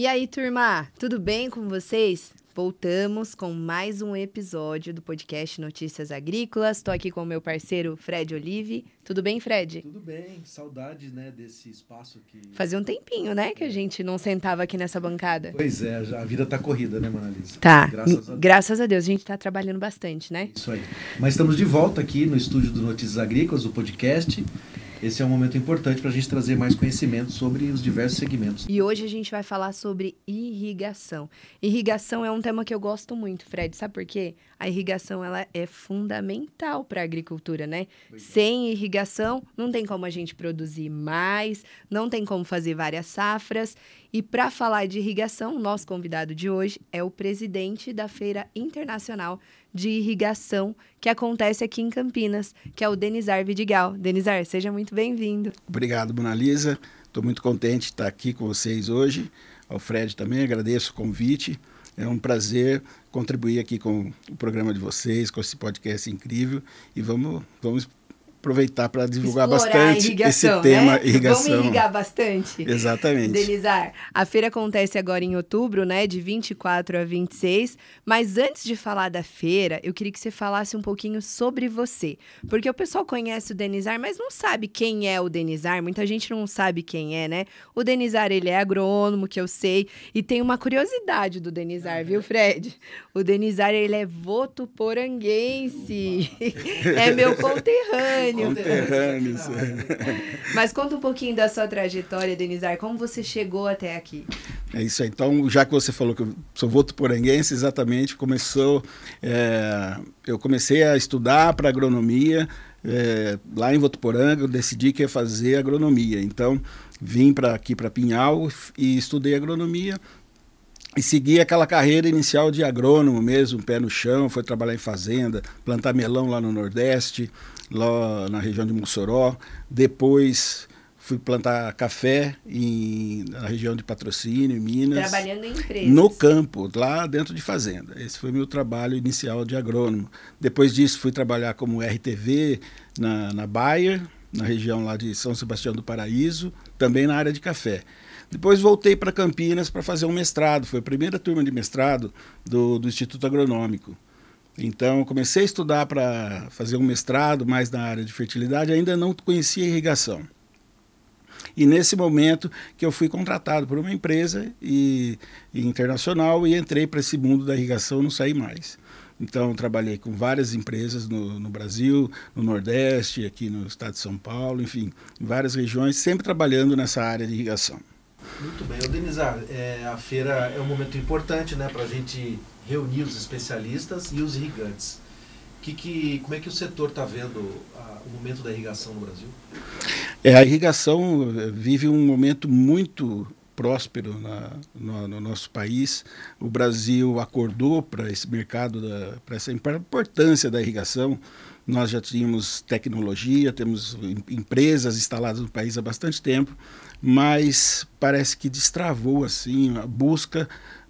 E aí, turma, tudo bem com vocês? Voltamos com mais um episódio do podcast Notícias Agrícolas. Estou aqui com o meu parceiro Fred Olive. Tudo bem, Fred? Tudo bem, saudade, né, desse espaço que... Fazia um tempinho, né, que a gente não sentava aqui nessa bancada. Pois é, a vida tá corrida, né, Monalisa? Tá, graças a Deus, a gente tá trabalhando bastante, né? Isso aí. Mas estamos de volta aqui no estúdio do Notícias Agrícolas, o podcast. Esse é um momento importante para a gente trazer mais conhecimento sobre os diversos segmentos. E hoje a gente vai falar sobre irrigação. Irrigação é um tema que eu gosto muito, Fred. Sabe por quê? A irrigação ela é fundamental para a agricultura, né? Sem irrigação, não tem como a gente produzir mais, não tem como fazer várias safras. E para falar de irrigação, o nosso convidado de hoje é o presidente da Feira Internacional de Irrigação, que acontece aqui em Campinas, que é o Denizar Vidigal. Denizar, seja muito bem-vindo. Obrigado, Monalisa. Estou muito contente de estar aqui com vocês hoje. Ao Fred também, agradeço o convite. É um prazer contribuir aqui com o programa de vocês, com esse podcast incrível. E vamos aproveitar para divulgar bastante esse tema, né? Irrigação. Vamos irrigar bastante. Exatamente. Denizar, a feira acontece agora em outubro, né, de 24 a 26, mas antes de falar da feira, eu queria que você falasse um pouquinho sobre você, porque o pessoal conhece o Denizar, mas não sabe quem é o Denizar, muita gente não sabe quem é, né? O Denizar, ele é agrônomo, que eu sei, e tem uma curiosidade do Denizar, viu, Fred? O Denizar, ele é votuporanguense, é meu conterrâneo. Conterrâneos. Mas conta um pouquinho da sua trajetória, Denizar, como você chegou até aqui? É isso aí. Então, já que você falou que eu sou votuporanguense, exatamente, eu comecei a estudar para agronomia lá em Votuporanga, eu decidi que ia fazer agronomia. Então, vim aqui para Pinhal e estudei agronomia. E segui aquela carreira inicial de agrônomo mesmo, pé no chão, foi trabalhar em fazenda, plantar melão lá no Nordeste, lá na região de Mossoró. Depois fui plantar café na região de Patrocínio, em Minas. Trabalhando em empresas. No campo, lá dentro de fazenda. Esse foi meu trabalho inicial de agrônomo. Depois disso fui trabalhar como RTV na Bayer, na região lá de São Sebastião do Paraíso, também na área de café. Depois voltei para Campinas para fazer um mestrado. Foi a primeira turma de mestrado do Instituto Agronômico. Então, comecei a estudar para fazer um mestrado mais na área de fertilidade, ainda não conhecia irrigação. E nesse momento que eu fui contratado por uma empresa internacional e entrei para esse mundo da irrigação, não saí mais. Então, trabalhei com várias empresas no Brasil, no Nordeste, aqui no estado de São Paulo, enfim, em várias regiões, sempre trabalhando nessa área de irrigação. Muito bem. Denizar, a feira é um momento importante, né, para a gente reunir os especialistas e os irrigantes. Como é que o setor está vendo o momento da irrigação no Brasil? A irrigação vive um momento muito próspero no nosso país. O Brasil acordou para esse mercado, para essa importância da irrigação. Nós já tínhamos tecnologia, temos empresas instaladas no país há bastante tempo, mas parece que destravou assim, a busca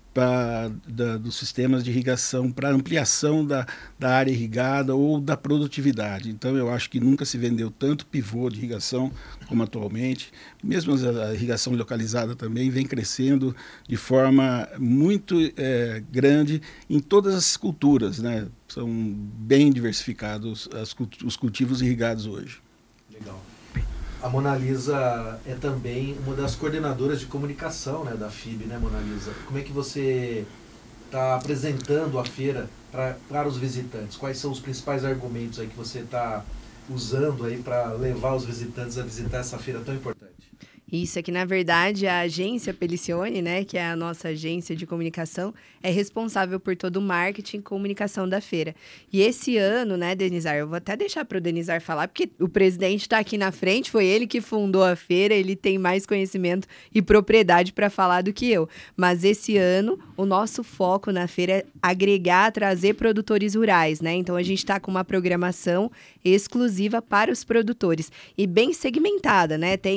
dos sistemas de irrigação para ampliação da área irrigada ou da produtividade. Então, eu acho que nunca se vendeu tanto pivô de irrigação como atualmente. Mesmo a irrigação localizada também vem crescendo de forma muito grande em todas as culturas, né? São bem diversificados os cultivos irrigados hoje. Legal. A Monalisa é também uma das coordenadoras de comunicação, né, da FIB, né, Monalisa? Como é que você está apresentando a feira para os visitantes? Quais são os principais argumentos aí que você está usando aí para levar os visitantes a visitar essa feira tão importante? Isso aqui, na verdade, a agência Pelicione, né, que é a nossa agência de comunicação, é responsável por todo o marketing e comunicação da feira. E esse ano, né, Denizar, eu vou até deixar para o Denizar falar, porque o presidente está aqui na frente, foi ele que fundou a feira, ele tem mais conhecimento e propriedade para falar do que eu. Mas esse ano, o nosso foco na feira é agregar, trazer produtores rurais, né? Então, a gente está com uma programação exclusiva para os produtores e bem segmentada, né? Tem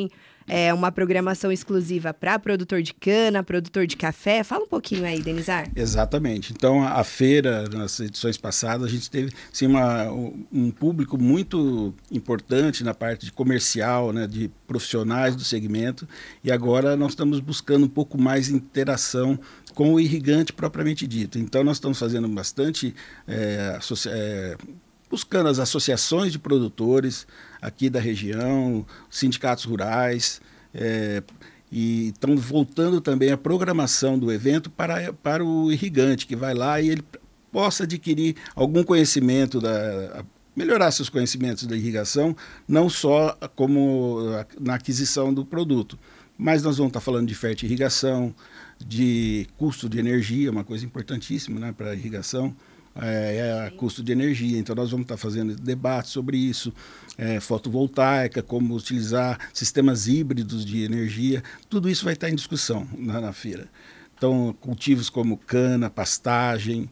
uma programação exclusiva para produtor de cana, produtor de café. Fala um pouquinho aí, Denizar. Exatamente. Então, a feira, nas edições passadas, a gente teve sim, um público muito importante na parte de comercial, né, de profissionais do segmento, e agora nós estamos buscando um pouco mais interação com o irrigante propriamente dito. Então, nós estamos fazendo bastante, buscando as associações de produtores aqui da região, sindicatos rurais, e estão voltando também a programação do evento para o irrigante, que vai lá e ele possa adquirir algum conhecimento, melhorar seus conhecimentos da irrigação, não só como na aquisição do produto, mas nós vamos estar falando de fertirrigação, de custo de energia, uma coisa importantíssima, né, para a irrigação, custo de energia. Então nós vamos estar fazendo debates sobre isso, fotovoltaica, como utilizar sistemas híbridos de energia, tudo isso vai estar em discussão na feira. Então cultivos como cana, pastagem,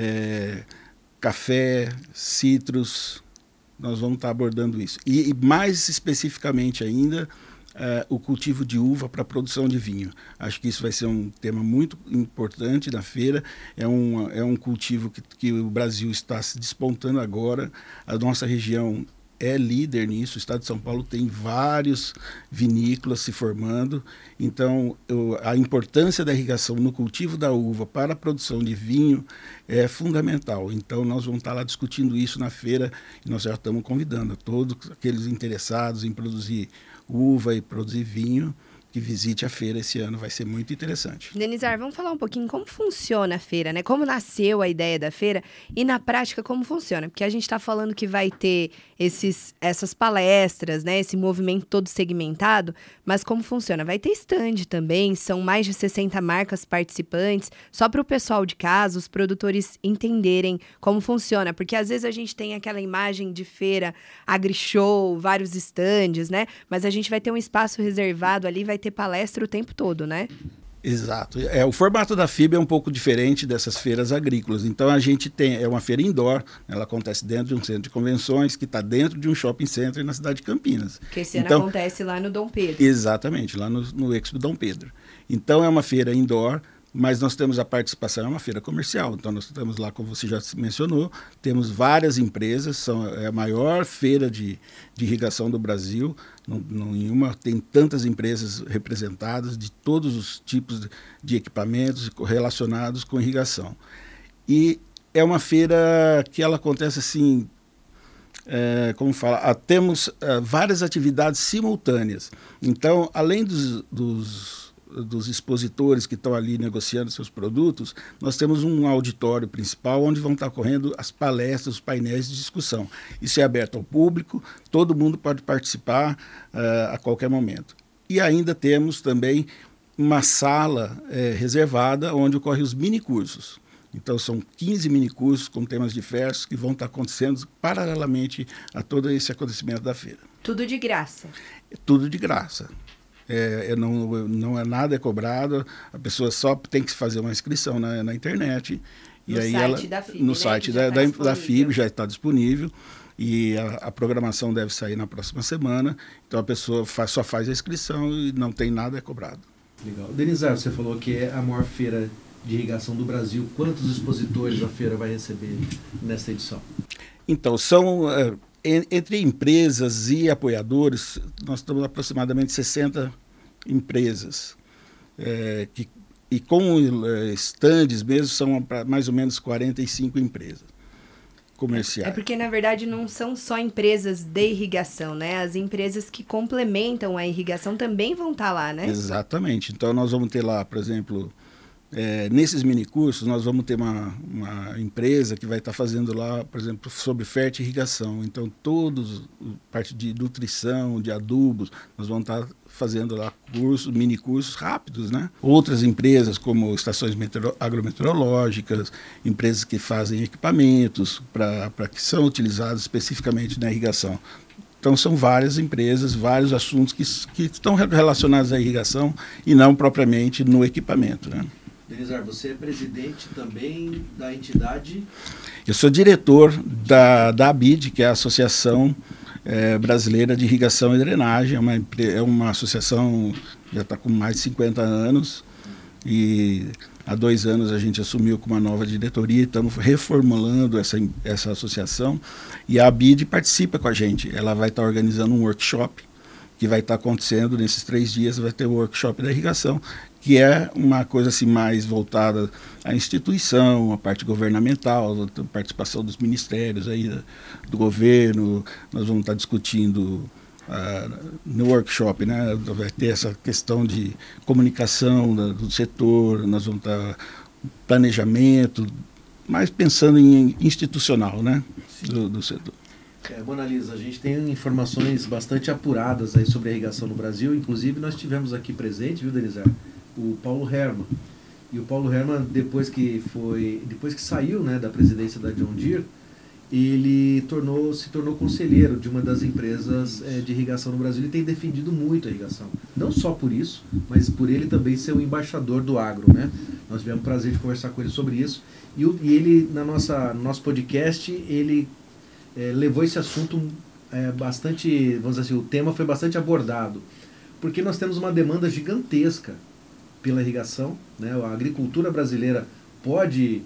café, citros, nós vamos estar abordando isso. E mais especificamente ainda, o cultivo de uva para a produção de vinho. Acho que isso vai ser um tema muito importante na feira. É um cultivo que o Brasil está se despontando agora. A nossa região é líder nisso. O estado de São Paulo tem vários vinícolas se formando. Então, a importância da irrigação no cultivo da uva para a produção de vinho é fundamental. Então, nós vamos estar lá discutindo isso na feira e nós já estamos convidando a todos aqueles interessados em produzir uva e produzir vinho, que visite a feira esse ano, vai ser muito interessante. Denizar, vamos falar um pouquinho como funciona a feira, né? Como nasceu a ideia da feira e na prática como funciona, porque a gente está falando que vai ter essas palestras, né? Esse movimento todo segmentado, mas como funciona? Vai ter stand também, são mais de 60 marcas participantes, só para o pessoal de casa, os produtores entenderem como funciona, porque às vezes a gente tem aquela imagem de feira, agri-show, vários stands, né? Mas a gente vai ter um espaço reservado ali, vai ter palestra o tempo todo, né? Exato. O formato da FIB é um pouco diferente dessas feiras agrícolas. Então, a gente tem uma feira indoor, ela acontece dentro de um centro de convenções, que está dentro de um shopping center na cidade de Campinas. Que esse ano acontece lá no Dom Pedro. Exatamente, lá no Expo Dom Pedro. Então, é uma feira indoor, mas nós temos a participação, é uma feira comercial. Então, nós estamos lá, como você já mencionou, temos várias empresas, é a maior feira de irrigação do Brasil. Nenhuma tem tantas empresas representadas de todos os tipos de equipamentos relacionados com irrigação. E é uma feira que ela acontece assim, temos várias atividades simultâneas. Então, além dos expositores que estão ali negociando seus produtos, nós temos um auditório principal onde vão estar ocorrendo as palestras, os painéis de discussão. Isso é aberto ao público, todo mundo pode participar a qualquer momento. E ainda temos também uma sala reservada onde ocorrem os minicursos. Então, são 15 minicursos com temas diversos que vão estar acontecendo paralelamente a todo esse acontecimento da feira. Tudo de graça? Tudo de graça. Não é nada cobrado, a pessoa só tem que fazer uma inscrição na internet. No site da FIB já está disponível e a programação deve sair na próxima semana. Então a pessoa só faz a inscrição e não tem nada cobrado. Legal. Denizar, você falou que é a maior feira de irrigação do Brasil. Quantos expositores a feira vai receber nessa edição? Então, são... entre empresas e apoiadores, nós temos aproximadamente 60 empresas, e com estandes mesmo são mais ou menos 45 empresas comerciais. Porque, na verdade, não são só empresas de irrigação, né? As empresas que complementam a irrigação também vão estar lá, né? Exatamente. Então, nós vamos ter lá, por exemplo... nesses minicursos, nós vamos ter uma empresa que vai estar fazendo lá, por exemplo, sobre fertirrigação. Então, parte de nutrição, de adubos, nós vamos estar fazendo lá minicursos rápidos, né? Outras empresas, como estações agrometeorológicas, empresas que fazem equipamentos que são utilizados especificamente na irrigação. Então, são várias empresas, vários assuntos que estão relacionados à irrigação e não propriamente no equipamento, né? Denizar, você é presidente também da entidade? Eu sou diretor da ABID, que é a Associação Brasileira de Irrigação e Drenagem. É uma associação que já está com mais de 50 anos e há 2 anos a gente assumiu com uma nova diretoria, estamos reformulando essa associação e a ABID participa com a gente. Ela vai estar organizando um workshop que vai estar acontecendo nesses 3 dias, vai ter o workshop da irrigação, que é uma coisa assim mais voltada à instituição, à parte governamental, a participação dos ministérios aí, do governo. Nós vamos estar discutindo no workshop, né? Vai ter essa questão de comunicação do setor, nós vamos estar planejamento, mas pensando em institucional, né? Do setor. Monalisa, a gente tem informações bastante apuradas aí sobre a irrigação no Brasil. Inclusive, nós tivemos aqui presente, viu, Denizar, o Paulo Herman. E o Paulo Herman, depois que saiu, né, da presidência da John Deere, ele se tornou conselheiro de uma das empresas de irrigação no Brasil. Ele tem defendido muito a irrigação. Não só por isso, mas por ele também ser o embaixador do agro, né? Nós tivemos o prazer de conversar com ele sobre isso. E ele, no nosso podcast, ele levou esse assunto bastante, vamos dizer assim, o tema foi bastante abordado, porque nós temos uma demanda gigantesca pela irrigação, né? A agricultura brasileira pode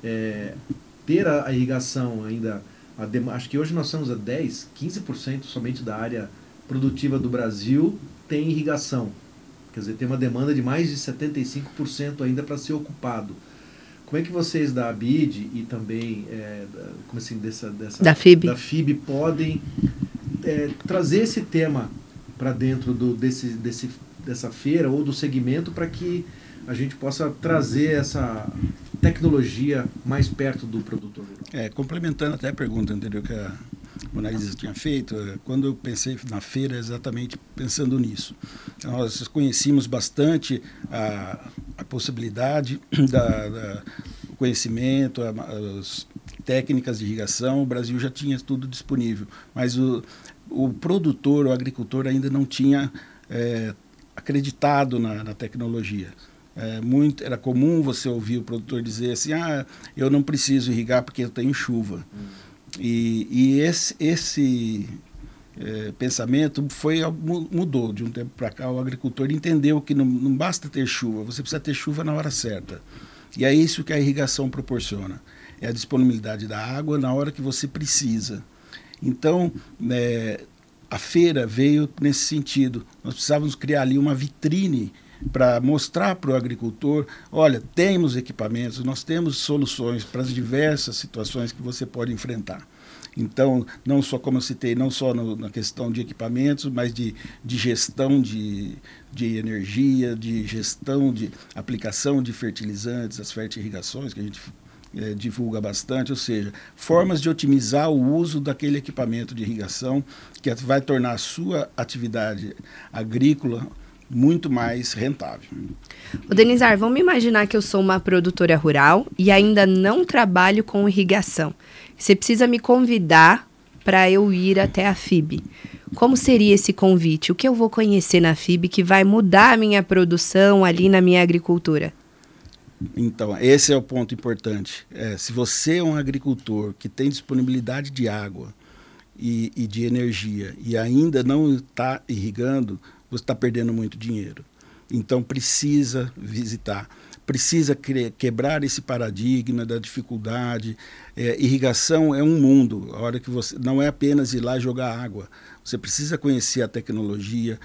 ter a irrigação ainda, acho que hoje nós estamos a 10%, 15% somente da área produtiva do Brasil tem irrigação, quer dizer, tem uma demanda de mais de 75% ainda para ser ocupado. Como é que vocês da ABID e também como assim, da FIB podem trazer esse tema para dentro dessa feira ou do segmento para que a gente possa trazer essa tecnologia mais perto do produtor rural? Complementando até a pergunta anterior que a Monalisa tinha feito, quando eu pensei na feira, exatamente pensando nisso. Nós conhecíamos bastante a possibilidade do conhecimento, as técnicas de irrigação. O Brasil já tinha tudo disponível, mas o produtor, o agricultor ainda não tinha acreditado na tecnologia. Era comum você ouvir o produtor dizer assim, eu não preciso irrigar porque eu tenho chuva. E esse pensamento mudou de um tempo para cá. O agricultor entendeu que não basta ter chuva, você precisa ter chuva na hora certa. E é isso que a irrigação proporciona, é a disponibilidade da água na hora que você precisa. Então, a feira veio nesse sentido. Nós precisávamos criar ali uma vitrine para mostrar para o agricultor, olha, temos equipamentos, nós temos soluções para as diversas situações que você pode enfrentar. Então, não só, como eu citei, não só na questão de equipamentos, mas de gestão de energia, de gestão de aplicação de fertilizantes, as fertirrigações, que a gente divulga bastante, ou seja, formas de otimizar o uso daquele equipamento de irrigação que vai tornar a sua atividade agrícola muito mais rentável. Denizar, vamos imaginar que eu sou uma produtora rural e ainda não trabalho com irrigação. Você precisa me convidar para eu ir até a FIB. Como seria esse convite? O que eu vou conhecer na FIB que vai mudar a minha produção ali na minha agricultura? Então, esse é o ponto importante. Se você é um agricultor que tem disponibilidade de água e de energia e ainda não está irrigando, você está perdendo muito dinheiro. Então, precisa visitar, precisa quebrar esse paradigma da dificuldade. Irrigação é um mundo. A hora que você não é apenas ir lá jogar água. Você precisa conhecer a tecnologia,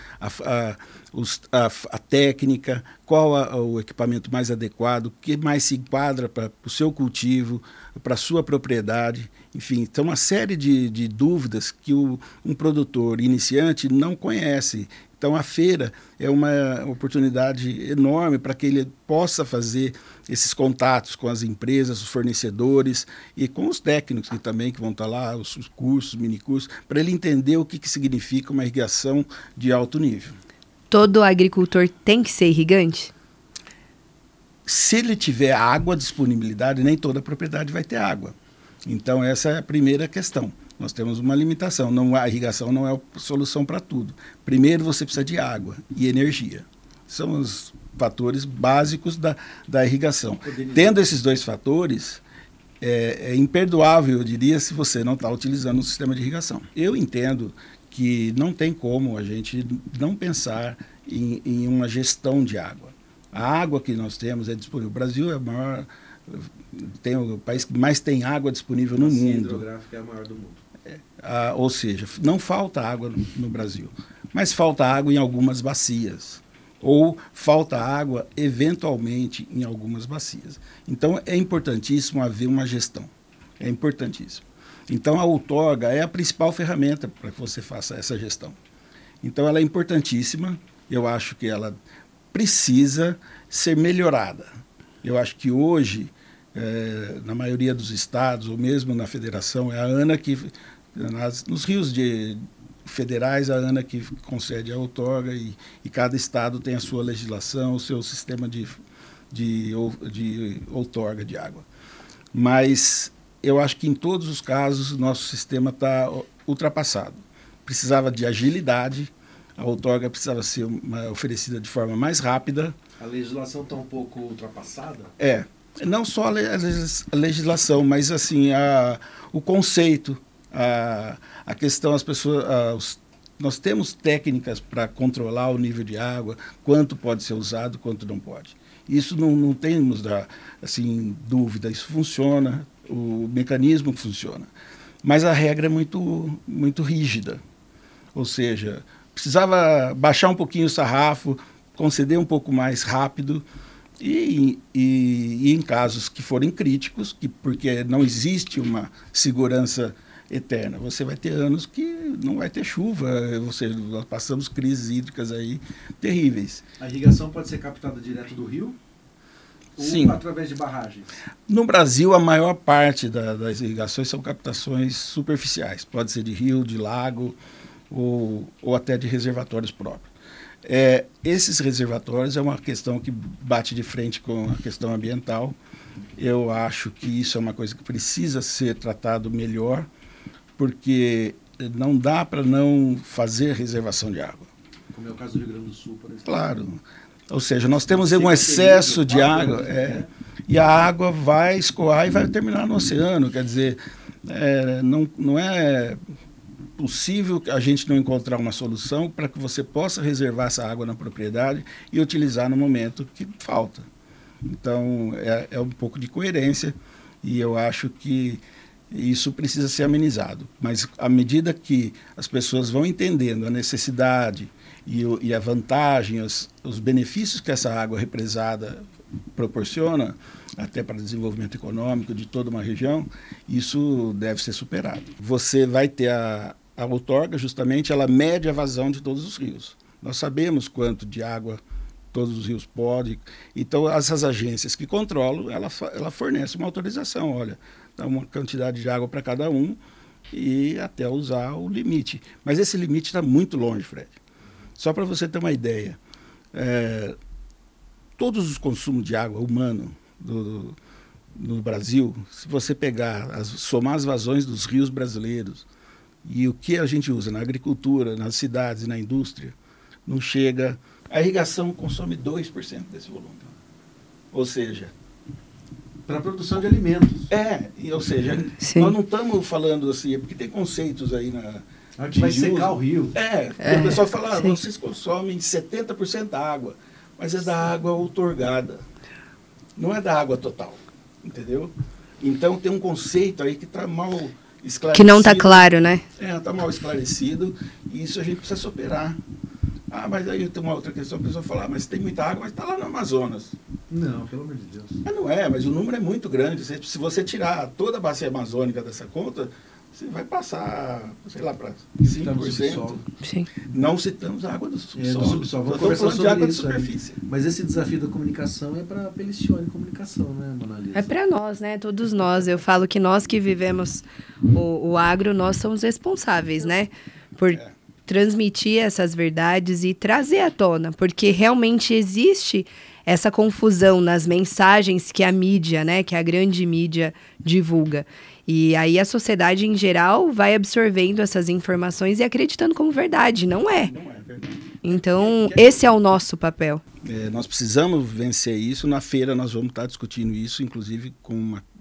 a técnica, qual o equipamento mais adequado, o que mais se enquadra para o seu cultivo, para a sua propriedade. Enfim, então uma série de dúvidas que um produtor iniciante não conhece. Então, a feira é uma oportunidade enorme para que ele possa fazer esses contatos com as empresas, os fornecedores e com os técnicos que vão estar lá, os cursos, minicursos, para ele entender o que significa uma irrigação de alto nível. Todo agricultor tem que ser irrigante? Se ele tiver água, disponibilidade, nem toda propriedade vai ter água. Então, essa é a primeira questão. Nós temos uma limitação. A irrigação não é a solução para tudo. Primeiro, você precisa de água e energia. São os fatores básicos da irrigação. Tendo esses dois fatores, é imperdoável, eu diria, se você não está utilizando um sistema de irrigação. Eu entendo que não tem como a gente não pensar em uma gestão de água. A água que nós temos é disponível. O Brasil é o país que mais tem água disponível no mundo. A hidrográfica é a maior do mundo. Ou seja, não falta água no Brasil, mas falta água em algumas bacias. Ou falta água, eventualmente, em algumas bacias. Então, é importantíssimo haver uma gestão. É importantíssimo. Então, a outorga é a principal ferramenta para que você faça essa gestão. Então, ela é importantíssima. Eu acho que ela precisa ser melhorada. Eu acho que hoje, na maioria dos estados, ou mesmo na federação, é a ANA que, nos rios federais, a ANA que concede a outorga e cada estado tem a sua legislação, o seu sistema de outorga de água. Mas eu acho que em todos os casos o nosso sistema está ultrapassado. Precisava de agilidade, a outorga precisava ser oferecida de forma mais rápida. A legislação está um pouco ultrapassada? Não só a legislação, mas assim, o conceito, a questão, as pessoas, nós temos técnicas para controlar o nível de água, quanto pode ser usado, quanto não pode. Isso não temos assim, dúvida, isso funciona, o mecanismo funciona. Mas a regra é muito, muito rígida. Ou seja, precisava baixar um pouquinho o sarrafo, conceder um pouco mais rápido e em casos que forem críticos, porque não existe uma segurança eterna. Você vai ter anos que não vai ter chuva, ou seja, nós passamos crises hídricas aí terríveis. A irrigação pode ser captada direto do rio? Sim. Ou através de barragens? No Brasil, a maior parte das irrigações são captações superficiais. Pode ser de rio, de lago ou até de reservatórios próprios. Esses reservatórios é uma questão que bate de frente com a questão ambiental. Eu acho que isso é uma coisa que precisa ser tratado melhor, porque não dá para não fazer reservação de água. Como é o caso do Rio Grande do Sul, por exemplo. Claro. Ou seja, nós temos um excesso de água e a água vai escoar e vai terminar no oceano. Quer dizer, não é possível a gente não encontrar uma solução para que você possa reservar essa água na propriedade e utilizar no momento que falta. Então, é um pouco de coerência e eu acho que isso precisa ser amenizado. Mas à medida que as pessoas vão entendendo a necessidade e a vantagem, os benefícios que essa água represada proporciona, até para o desenvolvimento econômico de toda uma região, isso deve ser superado. Você vai ter a outorga, justamente, ela mede a vazão de todos os rios. Nós sabemos quanto de água todos os rios podem. Então, essas agências que controlam, ela fornece uma autorização. Olha, dá uma quantidade de água para cada um e até usar o limite. Mas esse limite está muito longe, Fred. Só para você ter uma ideia, todos os consumos de água humano no Brasil, se você somar as vazões dos rios brasileiros e o que a gente usa na agricultura, nas cidades e na indústria, não chega. A irrigação consome 2% desse volume. Ou seja, para a produção de alimentos. Ou seja, sim, nós não estamos falando assim, porque tem conceitos aí a gente vai secar o rio. O pessoal fala, vocês consomem 70% da água, mas é da água outorgada, não é da água total, entendeu? Então tem um conceito aí que está mal esclarecido. Que não está claro, né? Está mal esclarecido e isso a gente precisa superar. Mas aí tem uma outra questão, a pessoa fala, mas tem muita água, mas está lá no Amazonas. Não, pelo amor de Deus. Mas o número é muito grande. Se você tirar toda a bacia amazônica dessa conta, você vai passar, sei lá, para 5%. Sim. Não citamos a água do subsolo. Do subsolo. Vamos conversar sobre água isso, de superfície. Mas esse desafio da comunicação é para a Pelicione Comunicação, né, Mona Lisa? É para nós, né? Todos nós. Eu falo que nós que vivemos o agro, nós somos responsáveis, né? Por transmitir essas verdades e trazer à tona, porque realmente existe essa confusão nas mensagens que a mídia, né, que a grande mídia divulga. E aí a sociedade em geral vai absorvendo essas informações e acreditando como verdade. Não é. Não é verdade. Então, esse é o nosso papel. Nós precisamos vencer isso. Na feira nós vamos estar discutindo isso, inclusive com uma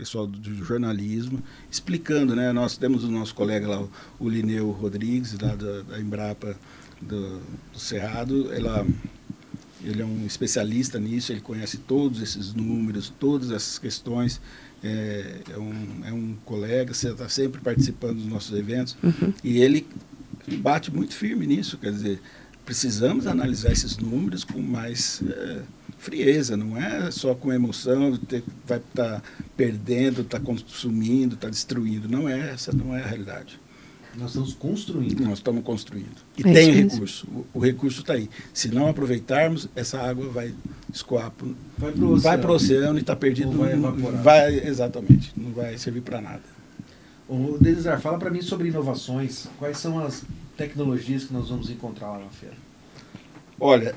pessoal do jornalismo, explicando, né? Nós temos o nosso colega lá, o Lineu Rodrigues, lá da Embrapa do Cerrado. Ele é um especialista nisso, ele conhece todos esses números, todas essas questões. É um colega, você está sempre participando dos nossos eventos, e ele bate muito firme nisso, quer dizer, precisamos analisar esses números com mais frieza, não é só com emoção, vai estar perdendo, está consumindo, está destruindo. Essa não é a realidade. Nós estamos construindo. Nós estamos construindo. E tem recurso. O recurso está aí. Se não aproveitarmos, essa água vai escoar, vai para o oceano e está perdido. Ou vai evaporar. Exatamente. Não vai servir para nada. Ô, Delisar, fala para mim sobre inovações. Quais são as tecnologias que nós vamos encontrar lá na feira? Olha,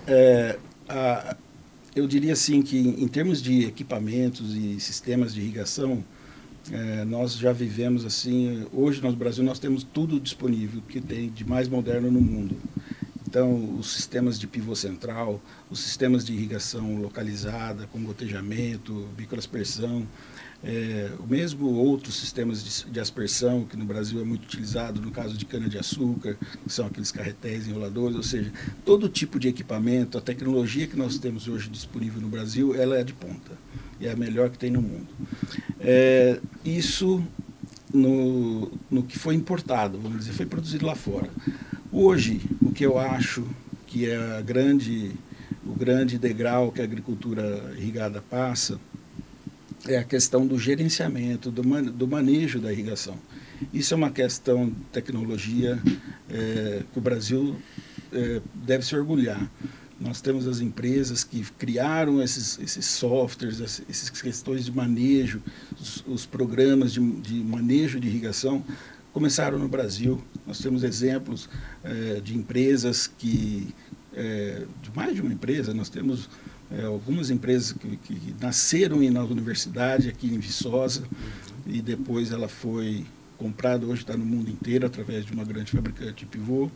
eu diria assim que em termos de equipamentos e sistemas de irrigação, nós já vivemos assim, hoje no Brasil nós temos tudo disponível que tem de mais moderno no mundo. Então, os sistemas de pivô central, os sistemas de irrigação localizada, com gotejamento, microaspersão, o mesmo outros sistemas de aspersão, que no Brasil é muito utilizado no caso de cana-de-açúcar, que são aqueles carretéis enroladores, ou seja, todo tipo de equipamento, a tecnologia que nós temos hoje disponível no Brasil, ela é de ponta, e é a melhor que tem no mundo. Isso no que foi importado, vamos dizer, foi produzido lá fora. Hoje, o que eu acho que é o grande degrau que a agricultura irrigada passa é a questão do gerenciamento, do manejo da irrigação. Isso é uma questão de tecnologia que o Brasil deve se orgulhar. Nós temos as empresas que criaram esses softwares, essas questões de manejo, os programas de manejo de irrigação começaram no Brasil. Nós temos exemplos de empresas de mais de uma empresa, nós temos algumas empresas que nasceram na universidade aqui em Viçosa e depois ela foi comprada, hoje está no mundo inteiro através de uma grande fabricante de pivô.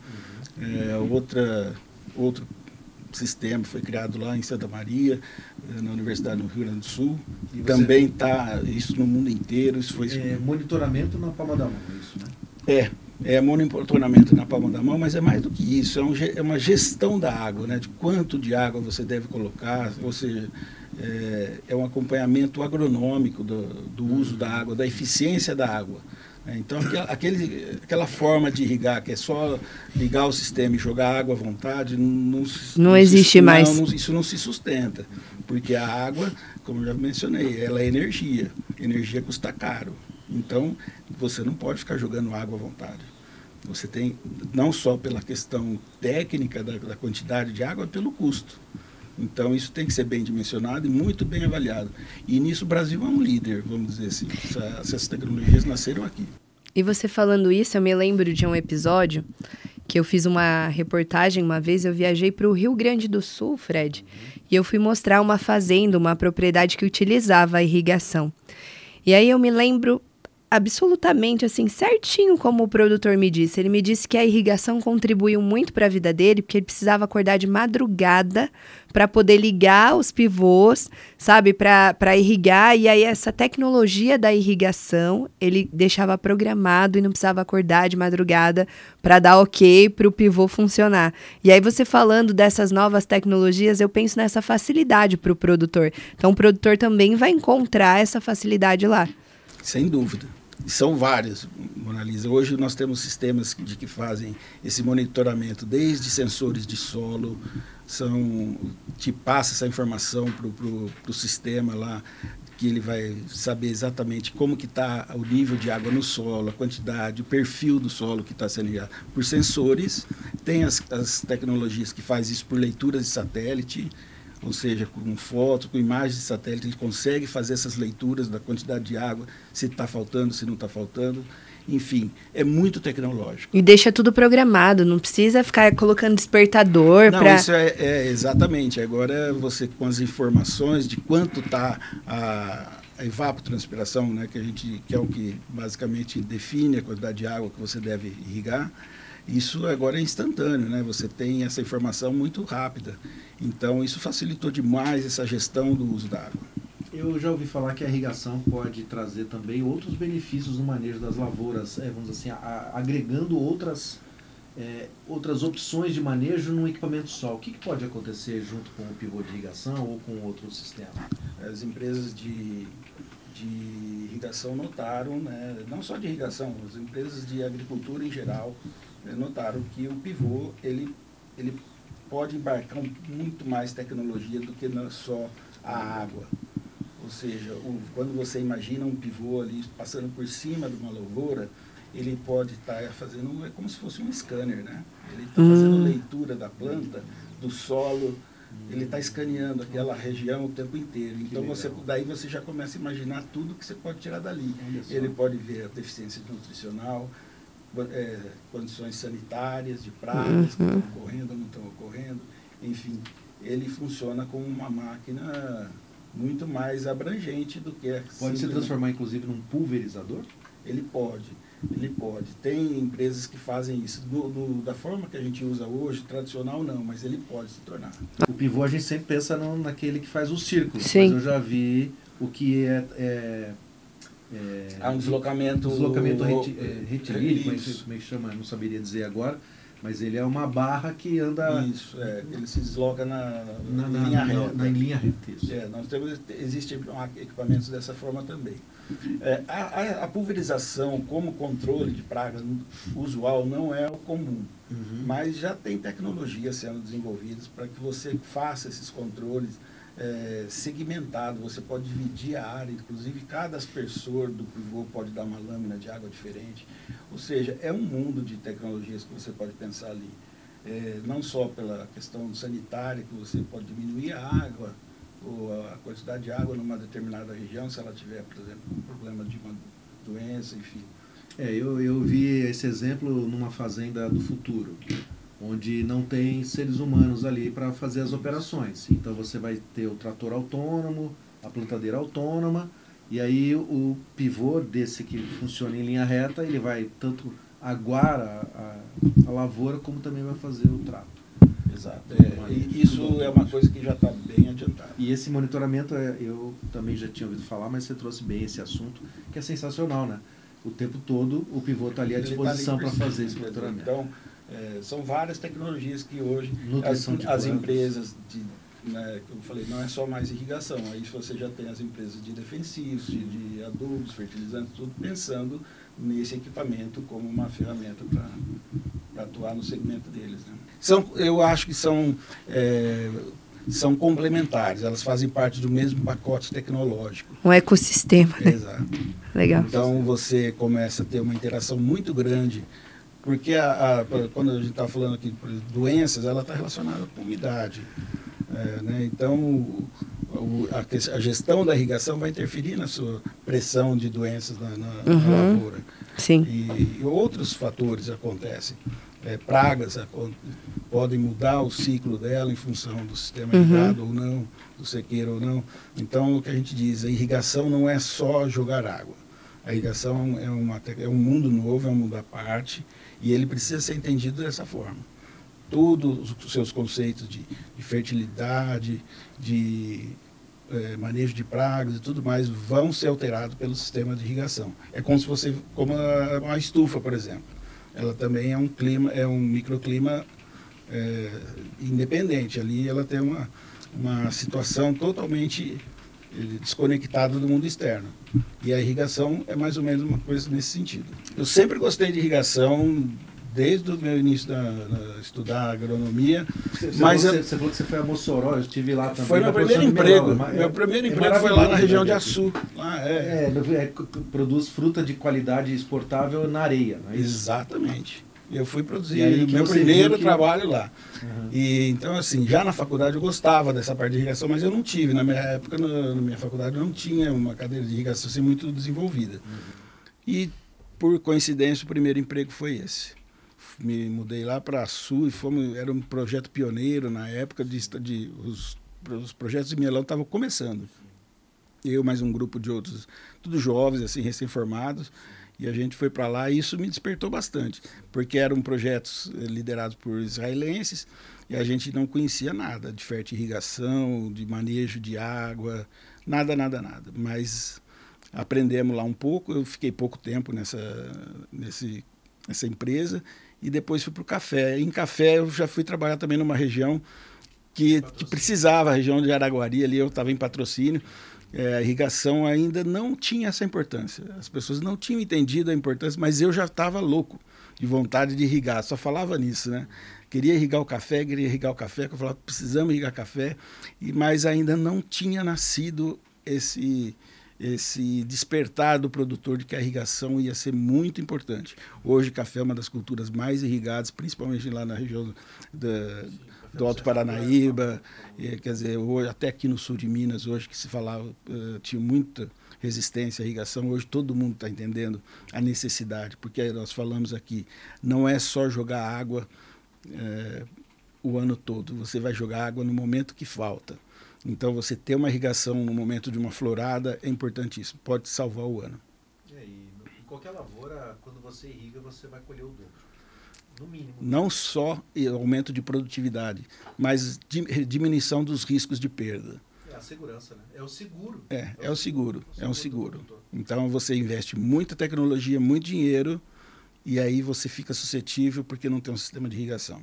Outro sistema foi criado lá em Santa Maria, na Universidade do Rio Grande do Sul. Também está isso no mundo inteiro. Isso foi monitoramento na palma da mão, isso, né? Monitoramento na palma da mão, mas é mais do que isso, é uma gestão da água, né? De quanto de água você deve colocar, ou seja, é um acompanhamento agronômico do uso da água, da eficiência da água. Então, aquela forma de irrigar, que é só ligar o sistema e jogar água à vontade, não existe mais. Isso não se sustenta, porque a água, como eu já mencionei, ela é energia. Energia custa caro. Então, você não pode ficar jogando água à vontade. Você tem, não só pela questão técnica da quantidade de água, mas pelo custo. Então, isso tem que ser bem dimensionado e muito bem avaliado. E nisso o Brasil é um líder, vamos dizer assim. Essas tecnologias nasceram aqui. E você falando isso, eu me lembro de um episódio que eu fiz uma reportagem uma vez. Eu viajei para o Rio Grande do Sul, Fred, e eu fui mostrar uma fazenda, uma propriedade que utilizava a irrigação. E aí eu me lembro absolutamente, assim, certinho como o produtor me disse. Ele me disse que a irrigação contribuiu muito para a vida dele, porque ele precisava acordar de madrugada para poder ligar os pivôs, sabe, para irrigar. E aí essa tecnologia da irrigação, ele deixava programado e não precisava acordar de madrugada para dar ok para o pivô funcionar. E aí você falando dessas novas tecnologias, eu penso nessa facilidade para o produtor. Então o produtor também vai encontrar essa facilidade lá. Sem dúvida. São vários, Mona Lisa. Hoje nós temos sistemas que fazem esse monitoramento, desde sensores de solo, que passa essa informação para o sistema lá, que ele vai saber exatamente como que está o nível de água no solo, a quantidade, o perfil do solo que está sendo irrigado por sensores. Tem as tecnologias que fazem isso por leituras de satélite, ou seja, com fotos, com imagens de satélite, ele consegue fazer essas leituras da quantidade de água, se está faltando, se não está faltando. Enfim, é muito tecnológico. E deixa tudo programado, não precisa ficar colocando despertador para... Não, isso exatamente. Agora você, com as informações de quanto está a evapotranspiração, né, que é o que basicamente define a quantidade de água que você deve irrigar, isso agora é instantâneo, né? Você tem essa informação muito rápida. Então, isso facilitou demais essa gestão do uso da água. Eu já ouvi falar que a irrigação pode trazer também outros benefícios no manejo das lavouras, vamos dizer assim, agregando outras opções de manejo num equipamento só. O que pode acontecer junto com o pivô de irrigação ou com outro sistema? As empresas de irrigação notaram, né, não só de irrigação, as empresas de agricultura em geral notaram que o pivô ele pode embarcar muito mais tecnologia do que só a água. Ou seja, quando você imagina um pivô ali passando por cima de uma lavoura, ele pode estar fazendo, é como se fosse um scanner, né? Ele está fazendo leitura da planta, do solo, ele está escaneando aquela região o tempo inteiro. Então daí você já começa a imaginar tudo que você pode tirar dali. Ele pode ver a deficiência nutricional, condições sanitárias, de pragas que estão ocorrendo ou não estão ocorrendo. Enfim, ele funciona como uma máquina muito mais abrangente do que Pode se transformar, inclusive, num pulverizador? Ele pode. Tem empresas que fazem isso. Da forma que a gente usa hoje, tradicional não, mas ele pode se tornar. O pivô a gente sempre pensa naquele que faz o círculo. Sim. Mas eu já vi o que Há um deslocamento retilíneo, como é que chama? Não saberia dizer agora. Mas ele é uma barra que anda... Isso, ele se desloca na linha reta. Na linha reta, isso. Existem equipamentos dessa forma também. A pulverização como controle de pragas usual não é o comum, mas já tem tecnologias sendo desenvolvidas para que você faça esses controles segmentado. Você pode dividir a área, inclusive cada aspersor do pivô pode dar uma lâmina de água diferente. Ou seja, é um mundo de tecnologias que você pode pensar ali. Não só pela questão sanitária, que você pode diminuir a água, ou a quantidade de água numa determinada região, se ela tiver, por exemplo, um problema de uma doença, enfim. Eu vi esse exemplo numa fazenda do futuro, onde não tem seres humanos ali para fazer as operações. Então você vai ter o trator autônomo, a plantadeira autônoma, e aí o pivô desse que funciona em linha reta, ele vai tanto aguar a lavoura, como também vai fazer o trato. Exato. Isso é uma coisa que já está bem adiantada. E esse monitoramento, eu também já tinha ouvido falar, mas você trouxe bem esse assunto, que é sensacional, né? O tempo todo o pivô está ali à disposição para fazer esse monitoramento. Então, são várias tecnologias que hoje as empresas como eu falei, não é só mais irrigação, aí você já tem as empresas de defensivos, de adubos, fertilizantes, tudo pensando nesse equipamento como uma ferramenta para atuar no segmento deles. Né? Eu acho que são complementares, elas fazem parte do mesmo pacote tecnológico. Um ecossistema, né? Exato. Legal. Então você começa a ter uma interação muito grande, porque quando a gente está falando aqui de doenças, ela está relacionada com umidade. Né? Então, a gestão da irrigação vai interferir na sua pressão de doenças na lavoura. Sim. E outros fatores acontecem. Pragas podem mudar o ciclo dela em função do sistema irrigado ou não, do sequeiro ou não. Então, o que a gente diz, a irrigação não é só jogar água. A irrigação é um mundo novo, é um mundo à parte, e ele precisa ser entendido dessa forma. Todos os seus conceitos de fertilidade, de manejo de pragas e tudo mais vão ser alterados pelo sistema de irrigação. É como uma estufa, por exemplo. Ela também é um microclima independente. Ali ela tem uma situação totalmente desconectada do mundo externo. E a irrigação é mais ou menos uma coisa nesse sentido. Eu sempre gostei de irrigação, desde o meu início de estudar agronomia. Você falou que você foi a Mossoró, eu estive lá também. Foi meu primeiro emprego. Meu primeiro emprego foi lá na região de Açu. Produz fruta de qualidade exportável na areia, não é isso? Exatamente. Eu fui produzir meu primeiro trabalho lá. E, então, assim, já na faculdade eu gostava dessa parte de irrigação, mas eu não tive. Na minha época, na minha faculdade, eu não tinha uma cadeira de irrigação assim, muito desenvolvida. E, por coincidência, o primeiro emprego foi esse. Me mudei lá para Sul e era um projeto pioneiro na época os projetos de melão estavam começando. Eu mais um grupo de outros, todos jovens, assim, recém-formados, E a gente foi para lá e isso me despertou bastante, porque eram projetos liderados por israelenses e a gente não conhecia nada de fertirrigação, de manejo de água, nada. Mas aprendemos lá um pouco, eu fiquei pouco tempo nessa empresa e depois fui para o café. Em café eu já fui trabalhar também numa região que precisava, a região de Araguari, ali eu estava em patrocínio. A irrigação ainda não tinha essa importância. As pessoas não tinham entendido a importância, mas eu já estava louco de vontade de irrigar, só falava nisso, né? Queria irrigar o café, que eu falava, precisamos irrigar café, mas ainda não tinha nascido esse despertar do produtor de que a irrigação ia ser muito importante. Hoje, café é uma das culturas mais irrigadas, principalmente lá na região do Alto Paranaíba, quer dizer, hoje, até aqui no sul de Minas, hoje que se falava, tinha muita resistência à irrigação, hoje todo mundo está entendendo a necessidade, porque nós falamos aqui, não é só jogar água o ano todo, você vai jogar água no momento que falta. Então, você ter uma irrigação no momento de uma florada é importantíssimo, pode salvar o ano. Em qualquer lavoura, quando você irriga, você vai colher o dobro. No mínimo. Não só aumento de produtividade, mas diminuição dos riscos de perda. É a segurança, né? É o seguro. É um seguro. Então você investe muita tecnologia, muito dinheiro, e aí você fica suscetível porque não tem um sistema de irrigação.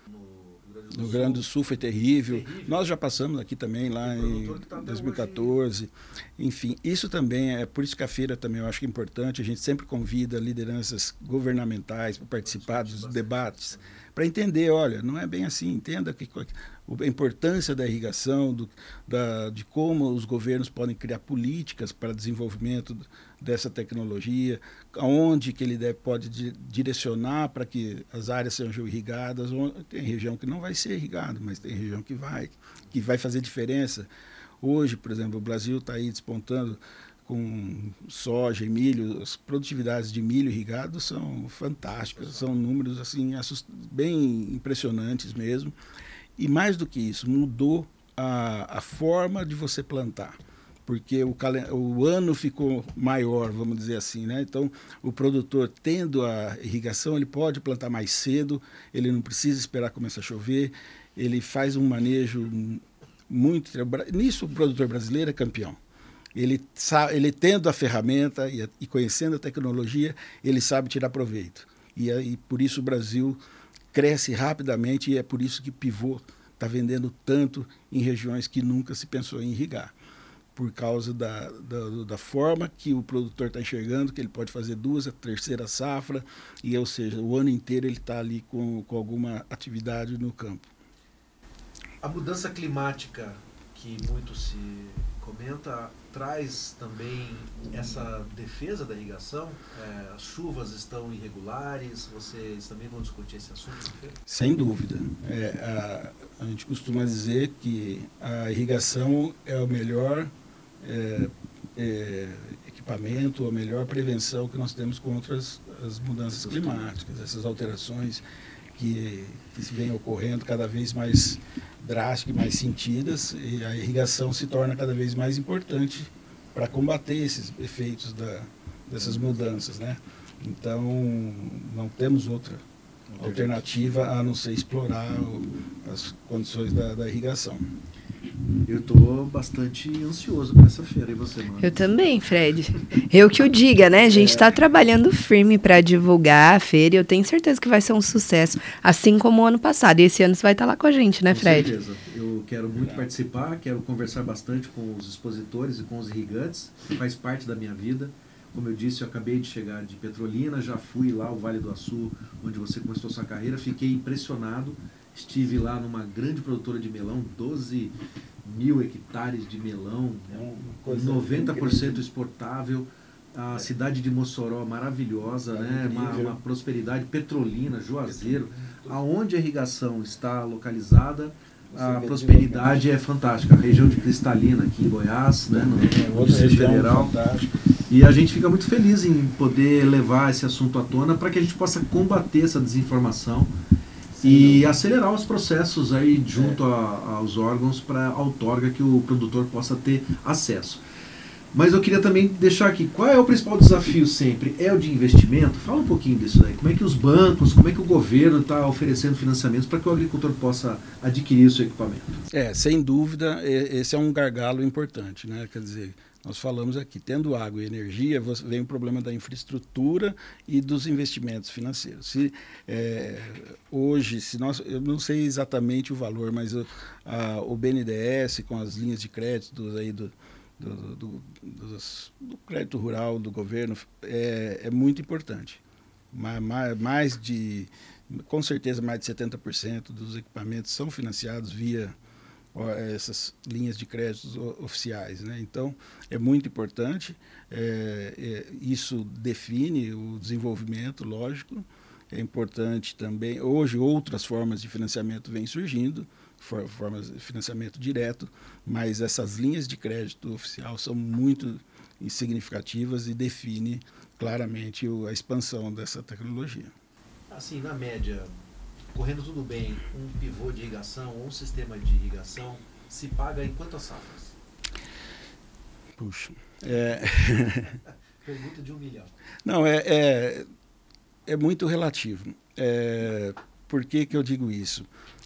No Rio Grande do Sul foi terrível. Nós já passamos aqui também, lá em 2014. Enfim, isso também é por isso que a feira também eu acho que é importante. A gente sempre convida lideranças governamentais para participar dos debates, para entender, olha, não é bem assim, entenda a importância da irrigação, de como os governos podem criar políticas para desenvolvimento dessa tecnologia, aonde que ele pode direcionar para que as áreas sejam irrigadas. Tem região que não vai ser irrigada, mas tem região que vai fazer diferença. Hoje, por exemplo, o Brasil está aí despontando com soja e milho, as produtividades de milho irrigado são fantásticas, são números assim, bem impressionantes mesmo. E mais do que isso, mudou a forma de você plantar, porque o ano ficou maior, vamos dizer assim, né? Então, o produtor, tendo a irrigação, ele pode plantar mais cedo, ele não precisa esperar começar a chover, ele faz um manejo muito... Nisso, o produtor brasileiro é campeão. Ele tendo a ferramenta e conhecendo a tecnologia, ele sabe tirar proveito. E por isso o Brasil cresce rapidamente e é por isso que Pivot está vendendo tanto em regiões que nunca se pensou em irrigar, por causa da forma que o produtor está enxergando, que ele pode fazer 2ª, 3ª safra, ou seja, o ano inteiro ele está ali com alguma atividade no campo. A mudança climática, que muito se comenta, traz também essa defesa da irrigação? As chuvas estão irregulares, vocês também vão discutir esse assunto? Sem dúvida. A gente costuma dizer que a irrigação é o melhor equipamento, a melhor prevenção que nós temos contra as mudanças climáticas, essas alterações que vêm ocorrendo cada vez mais drásticas e mais sentidas, e a irrigação se torna cada vez mais importante para combater esses efeitos dessas mudanças, né? Então, não temos outra alternativa a não ser explorar as condições da irrigação. Eu estou bastante ansioso com essa feira, e você, mano? Eu também, Fred. Eu que o diga, né? A gente está trabalhando firme para divulgar a feira e eu tenho certeza que vai ser um sucesso, assim como o ano passado. E esse ano você vai estar lá com a gente, né, Fred? Com certeza. Eu quero muito participar, quero conversar bastante com os expositores e com os irrigantes, que faz parte da minha vida. Como eu disse, eu acabei de chegar de Petrolina, já fui lá ao Vale do Açu, onde você começou sua carreira, fiquei impressionado. Estive lá numa grande produtora de melão, 12 mil hectares de melão, 90% exportável. A cidade de Mossoró, maravilhosa, né? Uma prosperidade. Petrolina, Juazeiro, aonde a irrigação está localizada, a prosperidade é fantástica. A região de Cristalina, aqui em Goiás, né? No Distrito Federal. E a gente fica muito feliz em poder levar esse assunto à tona para que a gente possa combater essa desinformação e acelerar os processos aí junto aos órgãos para a outorga que o produtor possa ter acesso. Mas eu queria também deixar aqui, qual é o principal desafio sempre? É o de investimento? Fala um pouquinho disso aí. Como é que os bancos, como é que o governo está oferecendo financiamentos para que o agricultor possa adquirir o seu equipamento? Sem dúvida, esse é um gargalo importante, né? Quer dizer, nós falamos aqui, tendo água e energia, vem o problema da infraestrutura e dos investimentos financeiros. Hoje, eu não sei exatamente o valor, mas o BNDES, com as linhas de crédito aí do crédito rural do governo, é muito importante. Com certeza, mais de 70% dos equipamentos são financiados via essas linhas de créditos oficiais, né? Então, é muito importante. Isso define o desenvolvimento, lógico. É importante também. Hoje, outras formas de financiamento vêm surgindo, formas de financiamento direto, mas essas linhas de crédito oficial são muito significativas e definem claramente a expansão dessa tecnologia. Assim, na média, correndo tudo bem, um pivô de irrigação ou um sistema de irrigação se paga em quantas safras? Puxa. Pergunta de 1 milhão. Não, é muito relativo. Por que eu digo isso?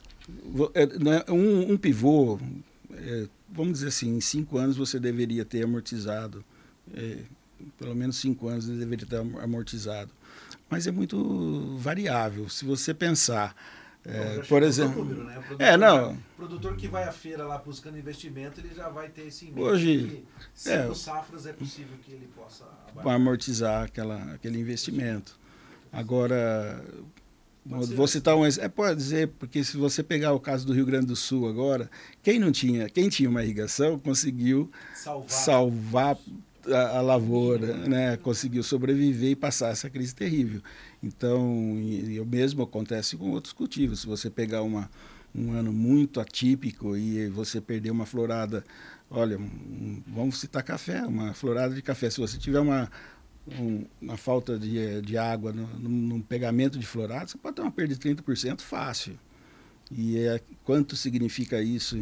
Um pivô, vamos dizer assim, em 5 anos você deveria ter amortizado, pelo menos 5 anos ele deveria ter amortizado. Mas é muito variável. Se você pensar, por exemplo... Número, né? O produtor que vai à feira lá buscando investimento, ele já vai ter esse investimento. Hoje, 5 safras é possível que ele possa amortizar aquele investimento. Agora... Vou citar um exemplo. Pode dizer, porque se você pegar o caso do Rio Grande do Sul agora, quem tinha uma irrigação conseguiu salvar a lavoura, né? Conseguiu sobreviver e passar essa crise terrível. Então, e o mesmo acontece com outros cultivos. Se você pegar um ano muito atípico e você perder uma florada, olha, vamos citar café, uma florada de café. Se você tiver uma falta de água no pegamento de florada, você pode ter uma perda de 30% fácil. E quanto significa isso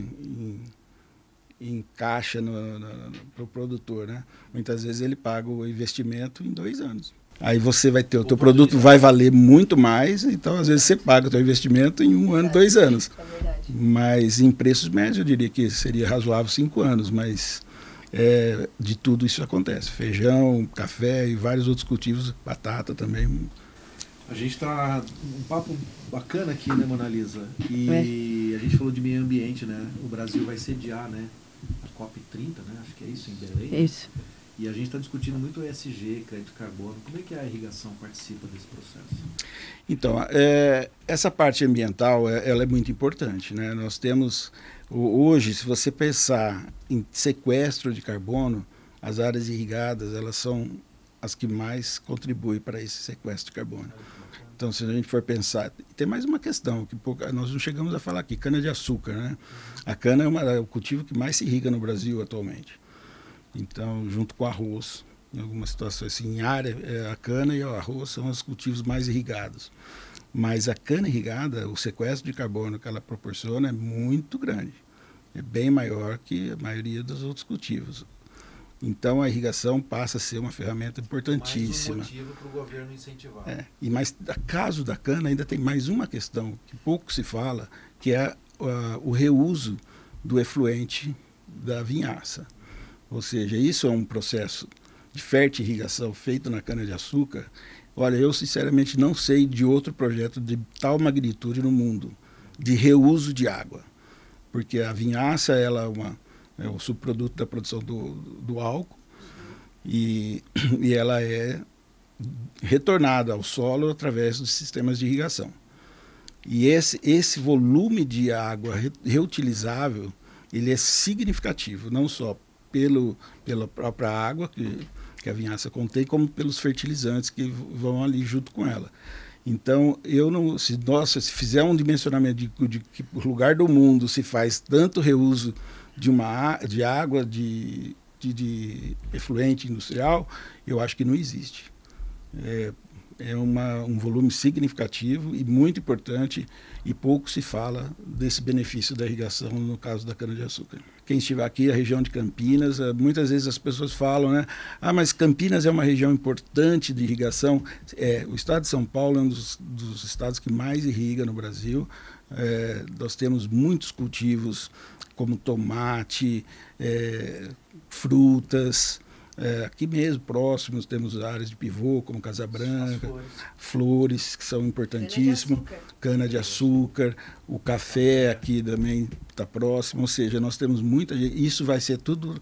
em caixa para o produtor, né? Muitas vezes ele paga o investimento em 2 anos. Aí você vai ter, o teu produto vai valer muito mais, então às vezes você paga o teu investimento em 1 ano, 2 anos. É verdade. Mas em preços médios eu diria que seria razoável 5 anos, mas... de tudo isso acontece. Feijão, café e vários outros cultivos, batata também. A gente está um papo bacana aqui, né, Mona Lisa? E a gente falou de meio ambiente, né? O Brasil vai sediar, né, a COP30, né? Acho que é isso, em Belém. Isso. E a gente está discutindo muito o ESG, crédito carbono. Como é que a irrigação participa desse processo? Então, essa parte ambiental, ela é muito importante, né? Nós temos... Hoje, se você pensar em sequestro de carbono, as áreas irrigadas, elas são as que mais contribuem para esse sequestro de carbono. Então, se a gente for pensar... Tem mais uma questão, que nós não chegamos a falar aqui, cana-de-açúcar, né? A cana é o cultivo que mais se irriga no Brasil atualmente. Então, junto com o arroz, em algumas situações, assim, em área, a cana e o arroz são os cultivos mais irrigados. Mas a cana irrigada, o sequestro de carbono que ela proporciona é muito grande. É bem maior que a maioria dos outros cultivos. Então a irrigação passa a ser uma ferramenta importantíssima. Mais um motivo para o governo incentivar. Mas no caso da cana ainda tem mais uma questão que pouco se fala, que é o reuso do efluente da vinhaça. Ou seja, isso é um processo de fertirrigação feito na cana-de-açúcar. Olha, eu sinceramente não sei de outro projeto de tal magnitude no mundo, de reuso de água. Porque a vinhaça ela é o subproduto da produção do álcool e ela é retornada ao solo através dos sistemas de irrigação. E esse volume de água reutilizável, ele é significativo, não só pela própria água que a vinhaça contém, como pelos fertilizantes que vão ali junto com ela. Então, se fizer um dimensionamento de que lugar do mundo se faz tanto reuso de água de efluente industrial, eu acho que não existe. é um volume significativo e muito importante, e pouco se fala desse benefício da irrigação no caso da cana-de-açúcar. Quem estiver aqui, a região de Campinas, muitas vezes as pessoas falam, né? Mas Campinas é uma região importante de irrigação. O estado de São Paulo é um dos estados que mais irriga no Brasil. Nós temos muitos cultivos como tomate, frutas. Aqui mesmo, próximos, temos áreas de pivô, como Casa Branca, flores, que são importantíssimas, cana-de-açúcar, o café aqui também está próximo, ou seja, nós temos muita gente, isso vai ser tudo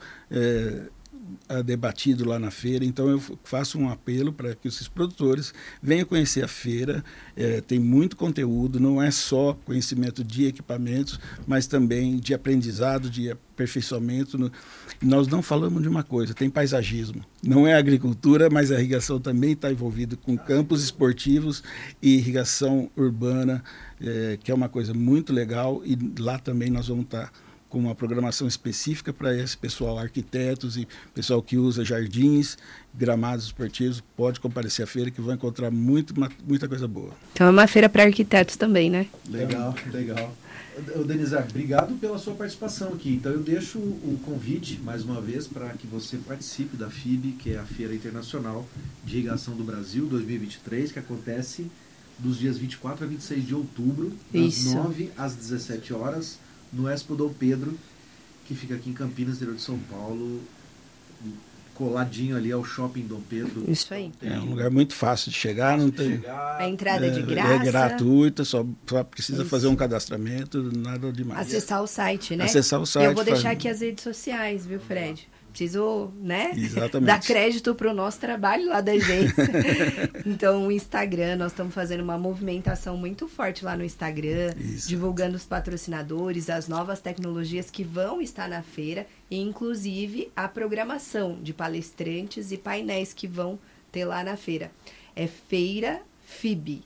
debatido lá na feira, então eu faço um apelo para que esses produtores venham conhecer a feira. Tem muito conteúdo, não é só conhecimento de equipamentos, mas também de aprendizado, de aperfeiçoamento. Nós não falamos de uma coisa, tem paisagismo, não é agricultura, mas a irrigação também está envolvida com campos esportivos e irrigação urbana, que é uma coisa muito legal, e lá também nós vamos estar com uma programação específica para esse pessoal, arquitetos e pessoal que usa jardins, gramados esportivos, pode comparecer à feira que vai encontrar muita coisa boa. Então é uma feira para arquitetos também, né? Legal. Denizar, obrigado pela sua participação aqui. Então eu deixo o convite, mais uma vez, para que você participe da FIB, que é a Feira Internacional de Irrigação do Brasil 2023, que acontece dos dias 24 a 26 de outubro, das 9 às 17 horas, no Expo Dom Pedro, que fica aqui em Campinas, interior de São Paulo, coladinho ali ao Shopping Dom Pedro. Isso aí. É um lugar muito fácil de chegar, não tem... A entrada é de graça. É gratuita, só precisa fazer um cadastramento, nada demais. Acessar o site, né? Acessar o site. Eu vou deixar aqui as redes sociais, viu, Fred? Preciso, né? Exatamente. Dar crédito para o nosso trabalho lá da agência. Então, o Instagram, nós estamos fazendo uma movimentação muito forte lá no Instagram, divulgando os patrocinadores, as novas tecnologias que vão estar na feira, e inclusive a programação de palestrantes e painéis que vão ter lá na feira. É Feira FIB.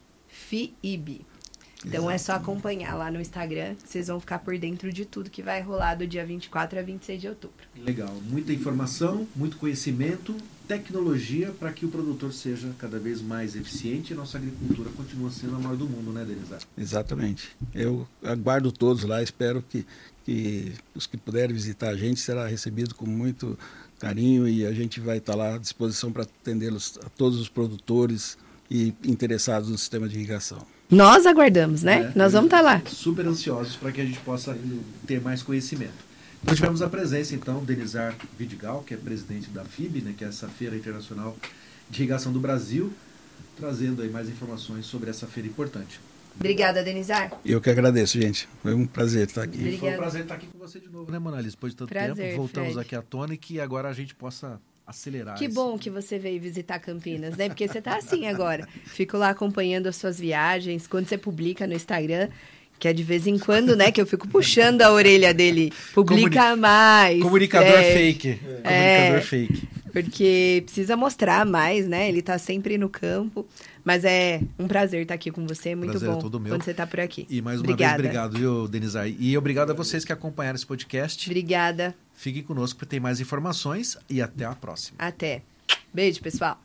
Então, é só acompanhar lá no Instagram, que vocês vão ficar por dentro de tudo que vai rolar do dia 24 a 26 de outubro. Legal. Muita informação, muito conhecimento, tecnologia para que o produtor seja cada vez mais eficiente e a nossa agricultura continue sendo a maior do mundo, né, Denizar? Exatamente. Eu aguardo todos lá, espero que os que puderem visitar a gente será recebido com muito carinho, e a gente vai estar lá à disposição para atendê-los, a todos os produtores e interessados no sistema de irrigação. Nós aguardamos, né? Nós vamos estar lá. Super ansiosos para que a gente possa ter mais conhecimento. Nós tivemos a presença, então, Denizar Vidigal, que é presidente da FIB, né, que é essa Feira Internacional de Irrigação do Brasil, trazendo aí mais informações sobre essa feira importante. Obrigada, Denizar. Eu que agradeço, gente. Foi um prazer estar aqui. Obrigada. Foi um prazer estar aqui com você de novo, né, Mona Lisa? Depois de tanto tempo, voltamos Fred. aqui à tona, e que agora a gente possa acelerar. Que bom que você veio visitar Campinas, né? Porque você tá assim agora. Fico lá acompanhando as suas viagens, quando você publica no Instagram, que é de vez em quando, né? Que eu fico puxando a orelha dele. Publica mais. Comunicador fake. Comunicador fake. Porque precisa mostrar mais, né? Ele tá sempre no campo. Mas é um prazer estar aqui com você, muito prazer bom é todo meu. quando você tá por aqui. E mais uma vez, obrigado, viu, Denizar? E obrigado a vocês que acompanharam esse podcast. Obrigada. Fiquem conosco para ter mais informações e até a próxima. Até. Beijo, pessoal.